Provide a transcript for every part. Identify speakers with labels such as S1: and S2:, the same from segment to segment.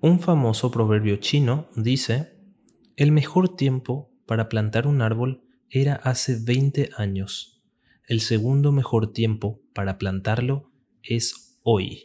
S1: Un famoso proverbio chino dice, el mejor tiempo para plantar un árbol era hace 20 años. El segundo mejor tiempo para plantarlo es hoy.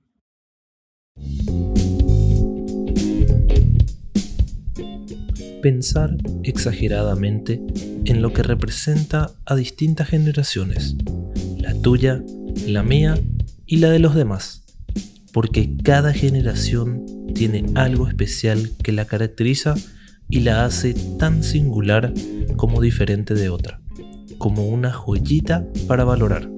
S1: Pensar exageradamente en lo que representa a distintas generaciones, la tuya, la mía y la de los demás, porque cada generación tiene algo especial que la caracteriza y la hace tan singular como diferente de otra, como una joyita para valorar.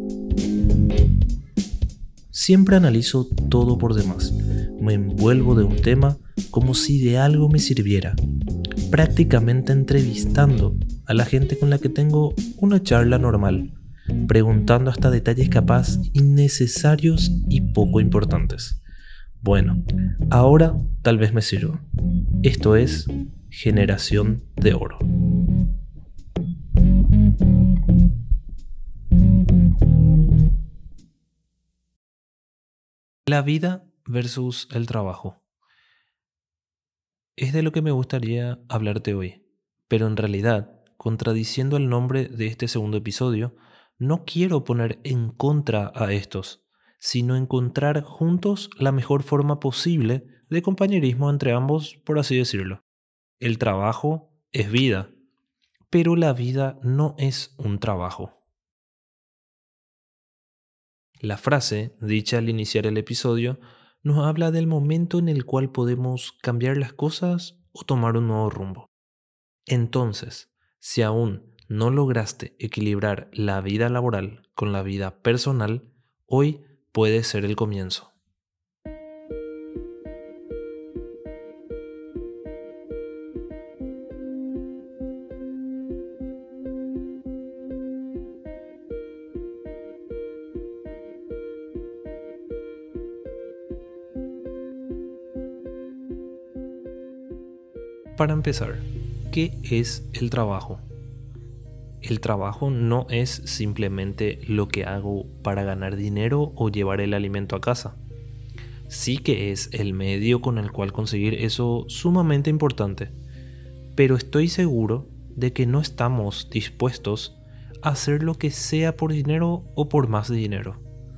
S1: Siempre analizo todo por demás, me envuelvo de un tema como si de algo me sirviera, prácticamente entrevistando a la gente con la que tengo una charla normal, preguntando hasta detalles capaz innecesarios y poco importantes. Bueno, ahora tal vez me sirva. Esto es Generación de Oro. La vida versus el trabajo. Es de lo que me gustaría hablarte hoy, pero en realidad, contradiciendo el nombre de este segundo episodio, no quiero poner en contra a estos, sino encontrar juntos la mejor forma posible de compañerismo entre ambos, por así decirlo. El trabajo es vida, pero la vida no es un trabajo. La frase, dicha al iniciar el episodio, nos habla del momento en el cual podemos cambiar las cosas o tomar un nuevo rumbo. Entonces, si aún no lograste equilibrar la vida laboral con la vida personal, hoy puede ser el comienzo. Para empezar, ¿qué es el trabajo? El trabajo no es simplemente lo que hago para ganar dinero o llevar el alimento a casa. Sí que es el medio con el cual conseguir eso sumamente importante, pero estoy seguro de que no estamos dispuestos a hacer lo que sea por dinero o por más dinero.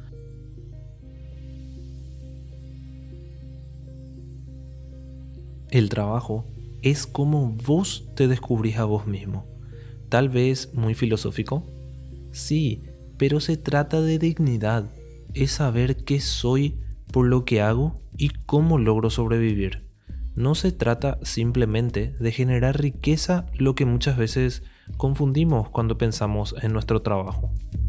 S1: El trabajo es como vos te descubrís a vos mismo. Tal vez muy filosófico. Sí, pero se trata de dignidad. Es saber qué soy por lo que hago y cómo logro sobrevivir. No se trata simplemente de generar riqueza, lo que muchas veces confundimos cuando pensamos en nuestro trabajo.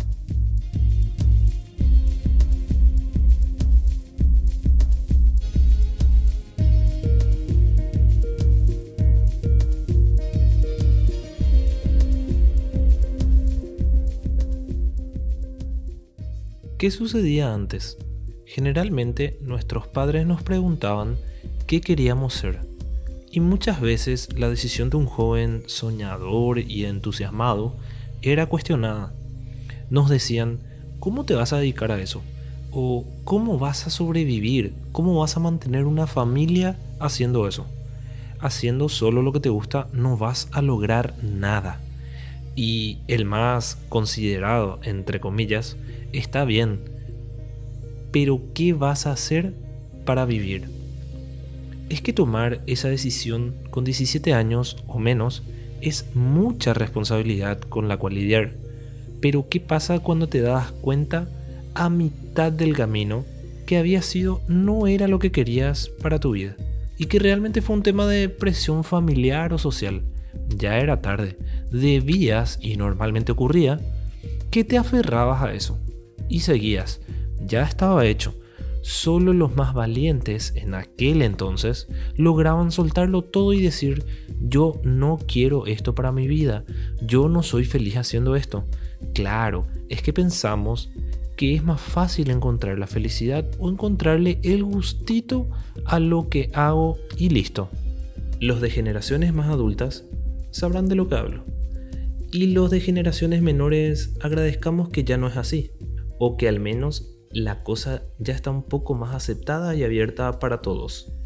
S1: ¿Qué sucedía antes? Generalmente nuestros padres nos preguntaban qué queríamos ser, y muchas veces la decisión de un joven soñador y entusiasmado era cuestionada. Nos decían, ¿cómo te vas a dedicar a eso? ¿O cómo vas a sobrevivir? ¿Cómo vas a mantener una familia haciendo eso? Haciendo solo lo que te gusta no vas a lograr nada. Y el más considerado, entre comillas, está bien, pero ¿qué vas a hacer para vivir? Es que tomar esa decisión con 17 años o menos es mucha responsabilidad con la cual lidiar. Pero ¿qué pasa cuando te das cuenta a mitad del camino que había sido no era lo que querías para tu vida? Y que realmente fue un tema de presión familiar o social. Ya era tarde, debías, y normalmente ocurría, que te aferrabas a eso. Y seguías, ya estaba hecho. Solo los más valientes en aquel entonces lograban soltarlo todo y decir, yo no quiero esto para mi vida, yo no soy feliz haciendo esto. Claro, es que pensamos que es más fácil encontrar la felicidad o encontrarle el gustito a lo que hago y listo. Los de generaciones más adultas sabrán de lo que hablo. Y los de generaciones menores agradezcamos que ya no es así, o que al menos la cosa ya está un poco más aceptada y abierta para todos.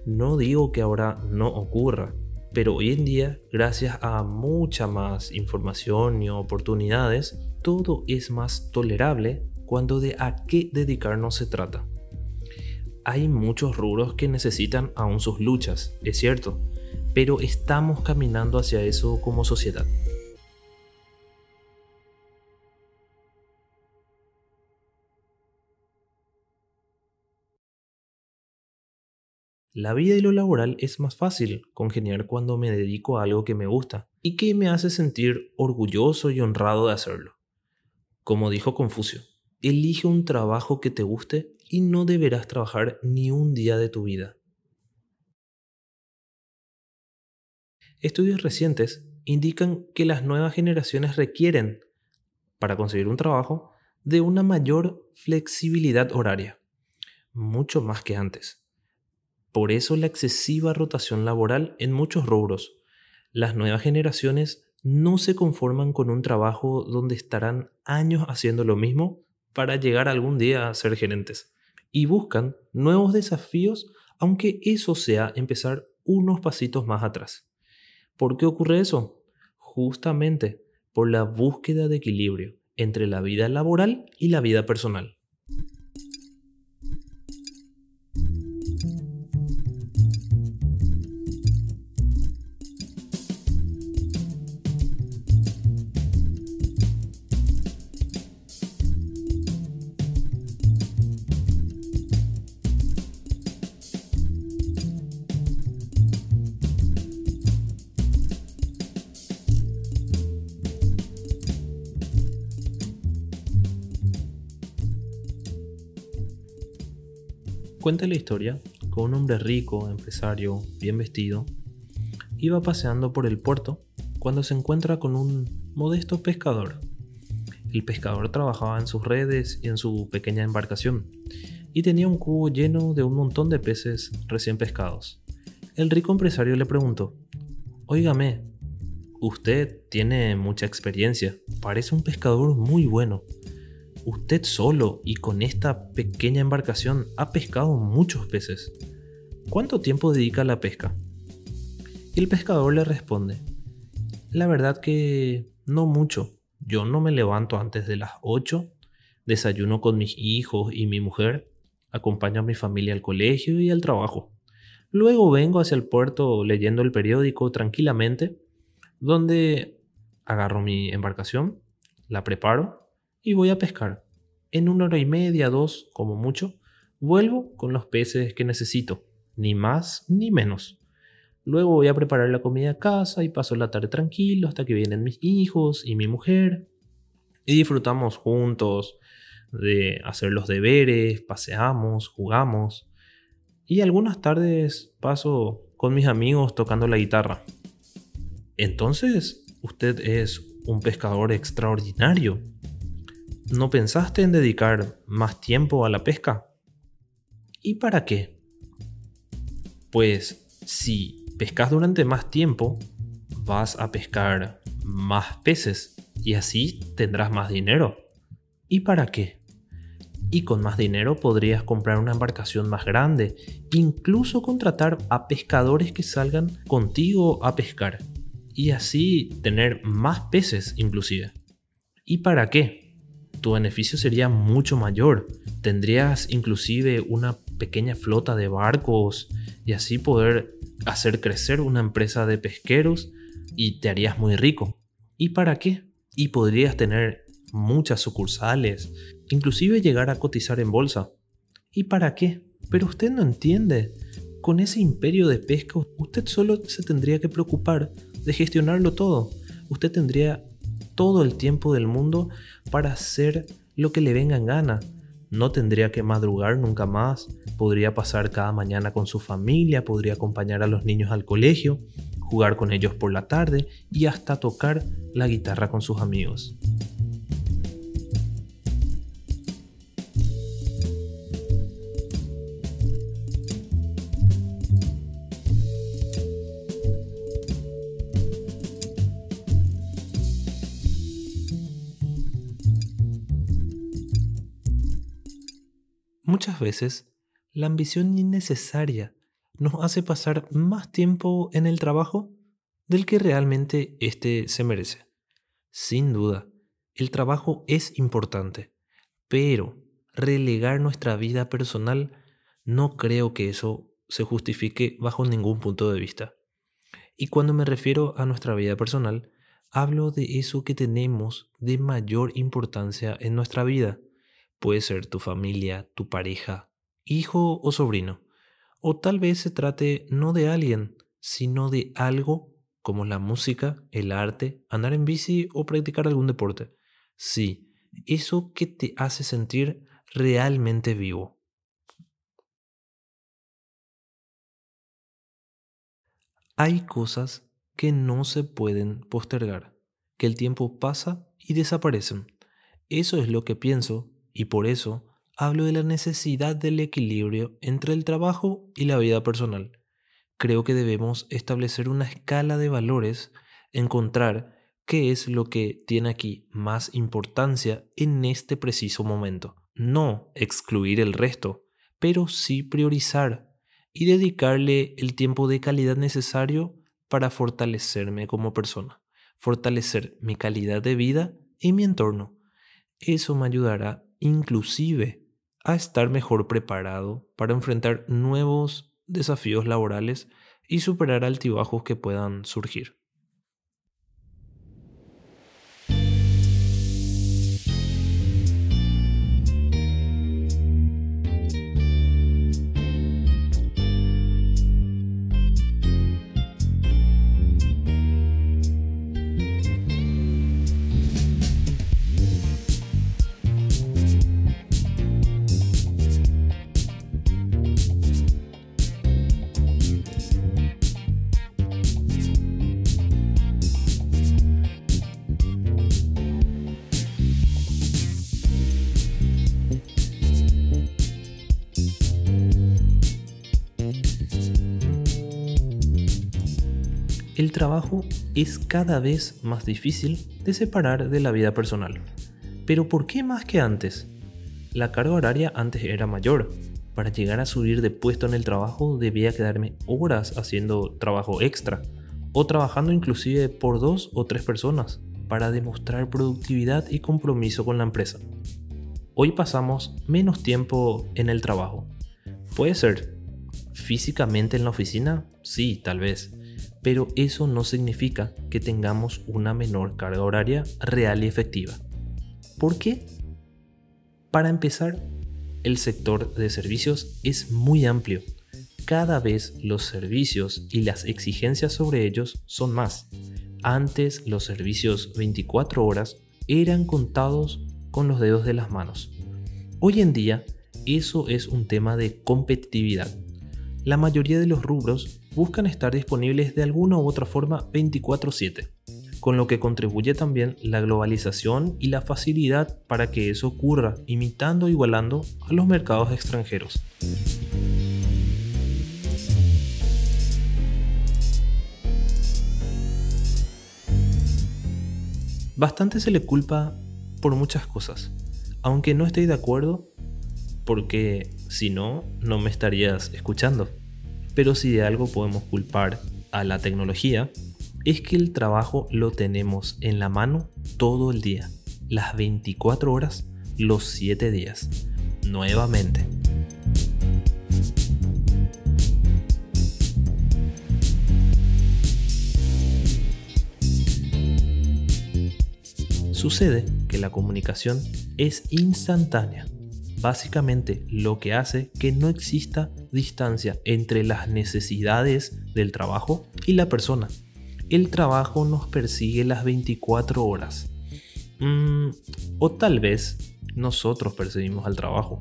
S1: No digo que ahora no ocurra, pero hoy en día, gracias a mucha más información y oportunidades, todo es más tolerable cuando de a qué dedicarnos se trata. Hay muchos rubros que necesitan aún sus luchas, es cierto, pero estamos caminando hacia eso como sociedad. La vida y lo laboral es más fácil congeniar cuando me dedico a algo que me gusta y que me hace sentir orgulloso y honrado de hacerlo. Como dijo Confucio, elige un trabajo que te guste y no deberás trabajar ni un día de tu vida. Estudios recientes indican que las nuevas generaciones requieren, para conseguir un trabajo, de una mayor flexibilidad horaria, mucho más que antes. Por eso la excesiva rotación laboral en muchos rubros. Las nuevas generaciones no se conforman con un trabajo donde estarán años haciendo lo mismo para llegar algún día a ser gerentes. Y buscan nuevos desafíos, aunque eso sea empezar unos pasitos más atrás. ¿Por qué ocurre eso? Justamente por la búsqueda de equilibrio entre la vida laboral y la vida personal. Cuenta la historia que un hombre rico, empresario, bien vestido, iba paseando por el puerto cuando se encuentra con un modesto pescador. El pescador trabajaba en sus redes y en su pequeña embarcación, y tenía un cubo lleno de un montón de peces recién pescados. El rico empresario le preguntó: «Óigame, usted tiene mucha experiencia, parece un pescador muy bueno. Usted solo y con esta pequeña embarcación ha pescado muchos peces. ¿Cuánto tiempo dedica a la pesca?». Y el pescador le responde: «La verdad que no mucho. Yo no me levanto antes de las 8, desayuno con mis hijos y mi mujer, acompaño a mi familia al colegio y al trabajo. Luego vengo hacia el puerto leyendo el periódico tranquilamente, donde agarro mi embarcación, la preparo y voy a pescar. En 1 hora y media, 2, como mucho, vuelvo con los peces que necesito, ni más ni menos. Luego voy a preparar la comida a casa y paso la tarde tranquilo hasta que vienen mis hijos y mi mujer y disfrutamos juntos de hacer los deberes, paseamos, jugamos y algunas tardes paso con mis amigos tocando la guitarra». Entonces, usted es un pescador extraordinario. ¿No pensaste en dedicar más tiempo a la pesca? ¿Y para qué? Pues si pescas durante más tiempo, vas a pescar más peces y así tendrás más dinero. ¿Y para qué? Y con más dinero podrías comprar una embarcación más grande, incluso contratar a pescadores que salgan contigo a pescar y así tener más peces inclusive. ¿Y para qué? Tu beneficio sería mucho mayor. Tendrías inclusive una pequeña flota de barcos y así poder hacer crecer una empresa de pesqueros y te harías muy rico. ¿Y para qué? Y podrías tener muchas sucursales, inclusive llegar a cotizar en bolsa. ¿Y para qué? Pero usted no entiende. Con ese imperio de pesca, usted solo se tendría que preocupar de gestionarlo todo. Usted tendría todo el tiempo del mundo para hacer lo que le venga en gana. No tendría que madrugar nunca más, podría pasar cada mañana con su familia, podría acompañar a los niños al colegio, jugar con ellos por la tarde y hasta tocar la guitarra con sus amigos. Muchas veces, la ambición innecesaria nos hace pasar más tiempo en el trabajo del que realmente éste se merece. Sin duda, el trabajo es importante, pero relegar nuestra vida personal no creo que eso se justifique bajo ningún punto de vista. Y cuando me refiero a nuestra vida personal, hablo de eso que tenemos de mayor importancia en nuestra vida. Puede ser tu familia, tu pareja, hijo o sobrino. O tal vez se trate no de alguien, sino de algo como la música, el arte, andar en bici o practicar algún deporte. Sí, eso que te hace sentir realmente vivo. Hay cosas que no se pueden postergar, que el tiempo pasa y desaparecen. Eso es lo que pienso y por eso hablo de la necesidad del equilibrio entre el trabajo y la vida personal. Creo que debemos establecer una escala de valores, encontrar qué es lo que tiene aquí más importancia en este preciso momento. No excluir el resto, pero sí priorizar y dedicarle el tiempo de calidad necesario para fortalecerme como persona, fortalecer mi calidad de vida y mi entorno. Eso me ayudará inclusive a estar mejor preparado para enfrentar nuevos desafíos laborales y superar altibajos que puedan surgir. El trabajo es cada vez más difícil de separar de la vida personal. Pero ¿por qué más que antes? La carga horaria antes era mayor. Para llegar a subir de puesto en el trabajo debía quedarme horas haciendo trabajo extra o trabajando inclusive por 2 o 3 personas para demostrar productividad y compromiso con la empresa. Hoy pasamos menos tiempo en el trabajo. Puede ser físicamente en la oficina, sí, tal vez, pero eso no significa que tengamos una menor carga horaria real y efectiva. ¿Por qué? Para empezar, el sector de servicios es muy amplio. Cada vez los servicios y las exigencias sobre ellos son más. Antes los servicios 24 horas eran contados con los dedos de las manos. Hoy en día eso es un tema de competitividad. La mayoría de los rubros buscan estar disponibles de alguna u otra forma 24/7, con lo que contribuye también la globalización y la facilidad para que eso ocurra, imitando e igualando a los mercados extranjeros. Bastante se le culpa por muchas cosas, aunque no estoy de acuerdo porque si no, no me estarías escuchando. Pero si de algo podemos culpar a la tecnología, es que el trabajo lo tenemos en la mano todo el día, las 24 horas, los 7 días. Nuevamente. Sucede que la comunicación es instantánea. Básicamente lo que hace que no exista distancia entre las necesidades del trabajo y la persona. El trabajo nos persigue las 24 horas. O tal vez nosotros perseguimos al trabajo.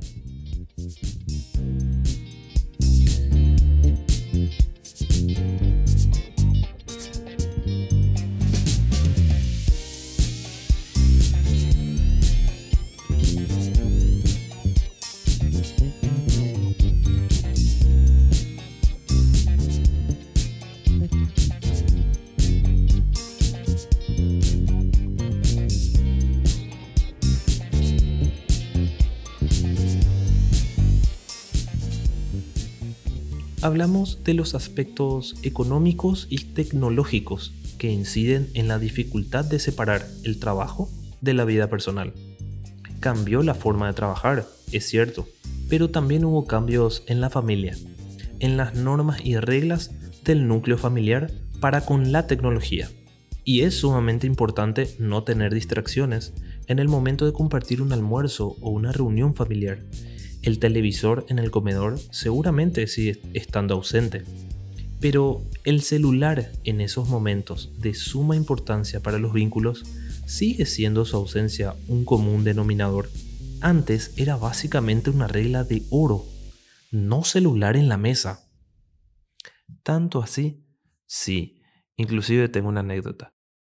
S1: hablamos de los aspectos económicos y tecnológicos que inciden en la dificultad de separar el trabajo de la vida personal. Cambió la forma de trabajar, es cierto, pero también hubo cambios en la familia, en las normas y reglas del núcleo familiar para con la tecnología. Y es sumamente importante no tener distracciones en el momento de compartir un almuerzo o una reunión familiar. El televisor en el comedor seguramente sigue estando ausente, pero el celular en esos momentos de suma importancia para los vínculos sigue siendo su ausencia un común denominador. Antes era básicamente una regla de oro: no celular en la mesa. ¿Tanto así? Sí, inclusive tengo una anécdota.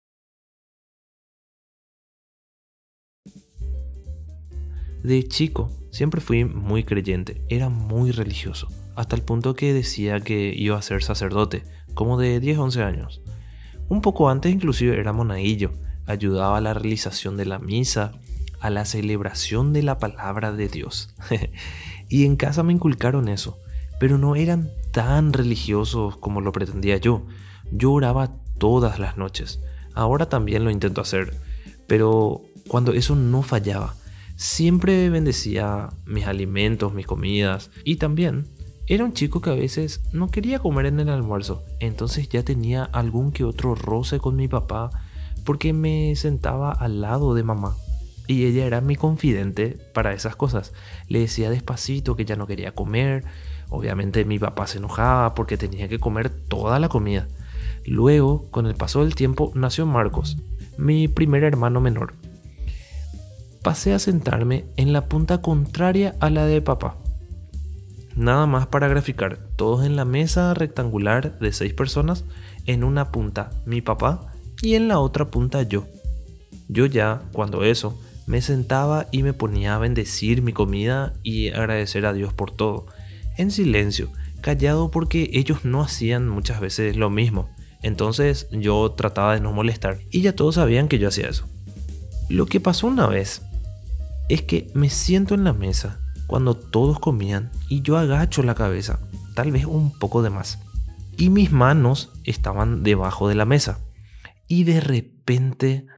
S1: De chico siempre fui muy creyente, era muy religioso, hasta el punto que decía que iba a ser sacerdote, como de 10 11 años. Un poco antes inclusive era monaguillo, ayudaba a la realización de la misa, a la celebración de la palabra de Dios. Y en casa me inculcaron eso, pero no eran tan religiosos como lo pretendía yo. Yo oraba todas las noches, ahora también lo intento hacer, pero cuando eso no fallaba, siempre bendecía mis alimentos, mis comidas, y también era un chico que a veces no quería comer en el almuerzo, entonces ya tenía algún que otro roce con mi papá porque me sentaba al lado de mamá y ella era mi confidente para esas cosas. Le decía despacito que ya no quería comer, obviamente mi papá se enojaba porque tenía que comer toda la comida. Luego, con el paso del tiempo, nació Marcos, mi primer hermano menor. Pasé a sentarme en la punta contraria a la de papá. Nada más para graficar, todos en la mesa rectangular de 6 personas, en una punta mi papá y en la otra punta yo. Yo ya, cuando eso, me sentaba y me ponía a bendecir mi comida y agradecer a Dios por todo, en silencio, callado porque ellos no hacían muchas veces lo mismo. Entonces yo trataba de no molestar y ya todos sabían que yo hacía eso. Lo que pasó una vez es que me siento en la mesa cuando todos comían y yo agacho la cabeza, tal vez un poco de más, y mis manos estaban debajo de la mesa y de repente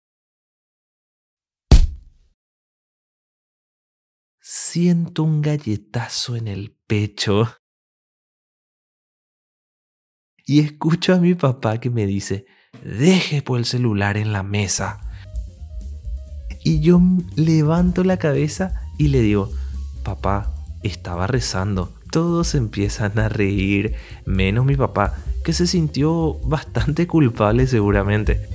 S1: siento un galletazo en el pecho y escucho a mi papá que me dice: deje por el celular en la mesa. Y yo levanto la cabeza y le digo: papá, estaba rezando. Todos empiezan a reír, menos mi papá, que se sintió bastante culpable seguramente.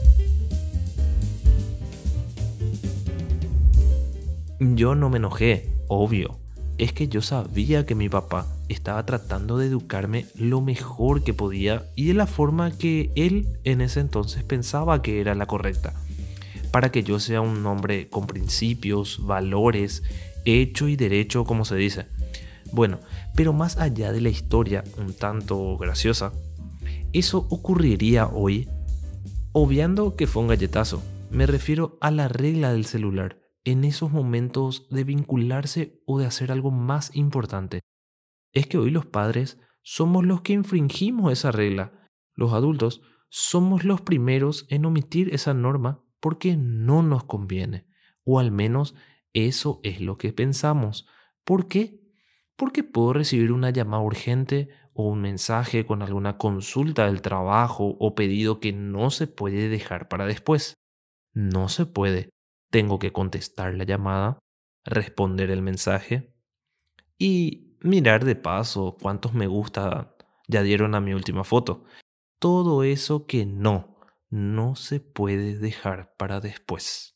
S1: Yo no me enojé, obvio. Es que yo sabía que mi papá estaba tratando de educarme lo mejor que podía y de la forma que él en ese entonces pensaba que era la correcta, para que yo sea un hombre con principios, valores, hecho y derecho, como se dice. Bueno, pero más allá de la historia un tanto graciosa, eso ocurriría hoy, obviando que fue un galletazo. Me refiero a la regla del celular en esos momentos de vincularse o de hacer algo más importante. Es que hoy los padres somos los que infringimos esa regla. Los adultos somos los primeros en omitir esa norma porque no nos conviene, o al menos eso es lo que pensamos. ¿Por qué? Porque puedo recibir una llamada urgente o un mensaje con alguna consulta del trabajo o pedido que no se puede dejar para después. No se puede. Tengo que contestar la llamada, responder el mensaje y mirar de paso cuántos me gusta ya dieron a mi última foto. Todo eso que no se puede dejar para después.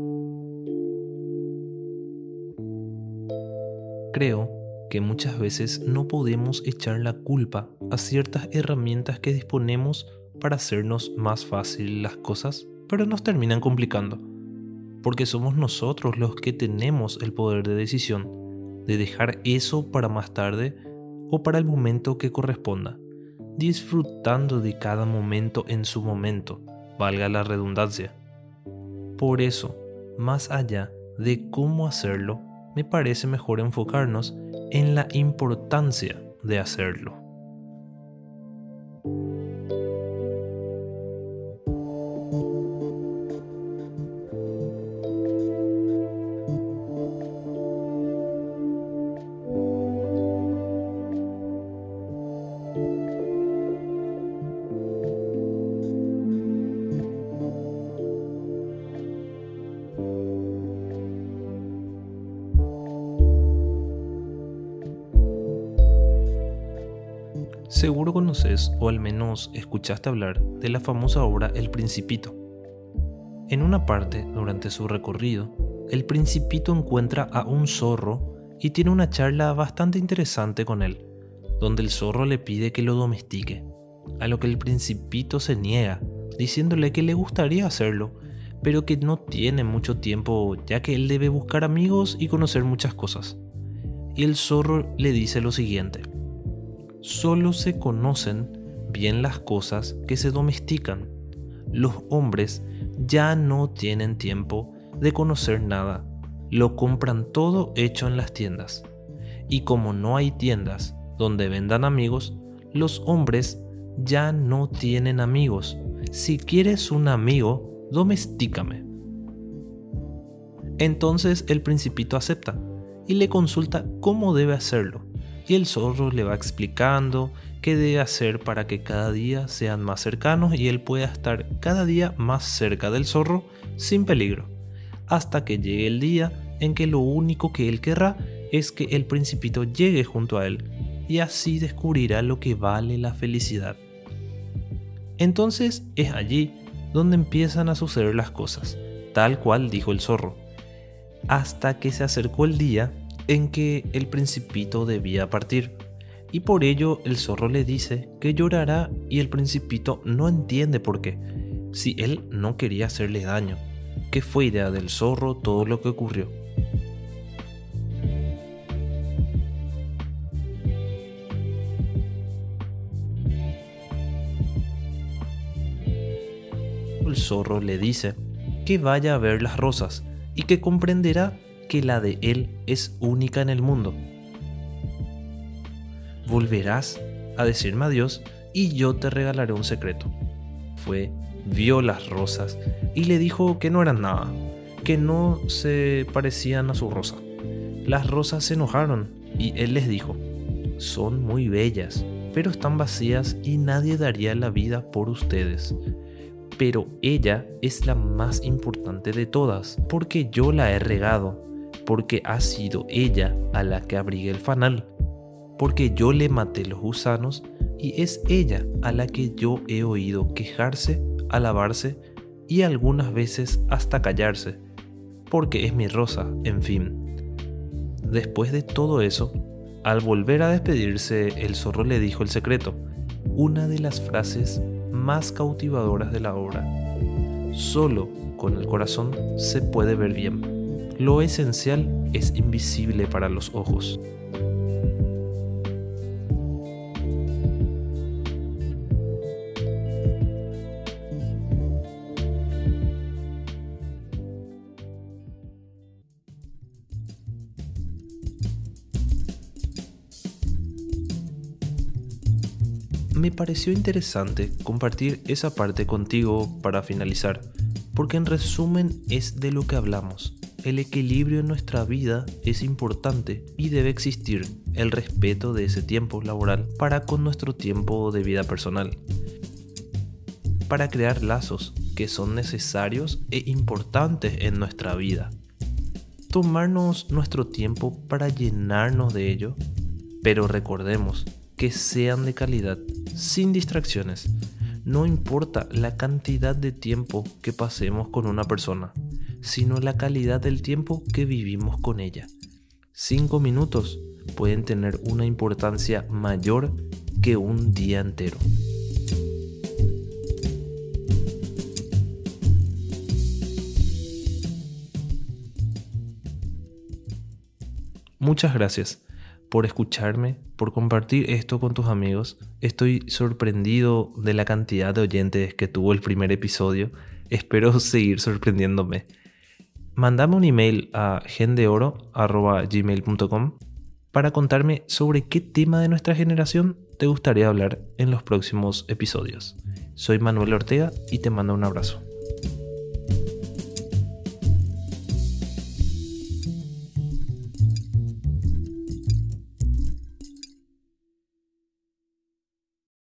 S1: Creo que muchas veces no podemos echar la culpa a ciertas herramientas que disponemos para hacernos más fácil las cosas, pero nos terminan complicando, porque somos nosotros los que tenemos el poder de decisión de dejar eso para más tarde o para el momento que corresponda, disfrutando de cada momento en su momento, valga la redundancia. Por eso, más allá de cómo hacerlo, me parece mejor enfocarnos en la importancia de hacerlo. Seguro conoces o al menos escuchaste hablar de la famosa obra El Principito. En una parte, durante su recorrido, el Principito encuentra a un zorro y tiene una charla bastante interesante con él, donde el zorro le pide que lo domestique, a lo que el Principito se niega, diciéndole que le gustaría hacerlo, pero que no tiene mucho tiempo ya que él debe buscar amigos y conocer muchas cosas. Y el zorro le dice lo siguiente: solo se conocen bien las cosas que se domestican. Los hombres ya no tienen tiempo de conocer nada, lo compran todo hecho en las tiendas. Y como no hay tiendas donde vendan amigos, los hombres ya no tienen amigos. Si quieres un amigo, domestícame. Entonces el Principito acepta y le consulta cómo debe hacerlo. Y el zorro le va explicando qué debe hacer para que cada día sean más cercanos y él pueda estar cada día más cerca del zorro sin peligro, hasta que llegue el día en que lo único que él querrá es que el Principito llegue junto a él, y así descubrirá lo que vale la felicidad. Entonces es allí donde empiezan a suceder las cosas, tal cual dijo el zorro, hasta que se acercó el día en que el Principito debía partir, y por ello el zorro le dice que llorará y el Principito no entiende por qué, si él no quería hacerle daño, que fue idea del zorro todo lo que ocurrió. El zorro le dice que vaya a ver las rosas y que comprenderá que la de él es única en el mundo. Volverás a decirme adiós y yo te regalaré un secreto. Vio las rosas y le dijo que no eran nada, que no se parecían a su rosa. Las rosas se enojaron y él les dijo: son muy bellas, pero están vacías y nadie daría la vida por ustedes. Pero ella es la más importante de todas, porque yo la he regado, porque ha sido ella a la que abrigué el fanal, porque yo le maté los gusanos y es ella a la que yo he oído quejarse, alabarse y algunas veces hasta callarse, porque es mi rosa, en fin. Después de todo eso, al volver a despedirse, el zorro le dijo el secreto, una de las frases más cautivadoras de la obra: solo con el corazón se puede ver bien. Lo esencial es invisible para los ojos. Me pareció interesante compartir esa parte contigo para finalizar, porque en resumen es de lo que hablamos. El equilibrio en nuestra vida es importante y debe existir el respeto de ese tiempo laboral para con nuestro tiempo de vida personal, para crear lazos que son necesarios e importantes en nuestra vida. Tomarnos nuestro tiempo para llenarnos de ello, pero recordemos que sean de calidad, sin distracciones. No importa la cantidad de tiempo que pasemos con una persona, sino la calidad del tiempo que vivimos con ella. 5 minutos pueden tener una importancia mayor que un día entero. Muchas gracias por escucharme, por compartir esto con tus amigos. Estoy sorprendido de la cantidad de oyentes que tuvo el primer episodio. Espero seguir sorprendiéndome. Mándame un email a gendeoro@gmail.com para contarme sobre qué tema de nuestra generación te gustaría hablar en los próximos episodios. Soy Manuel Ortega y te mando un abrazo.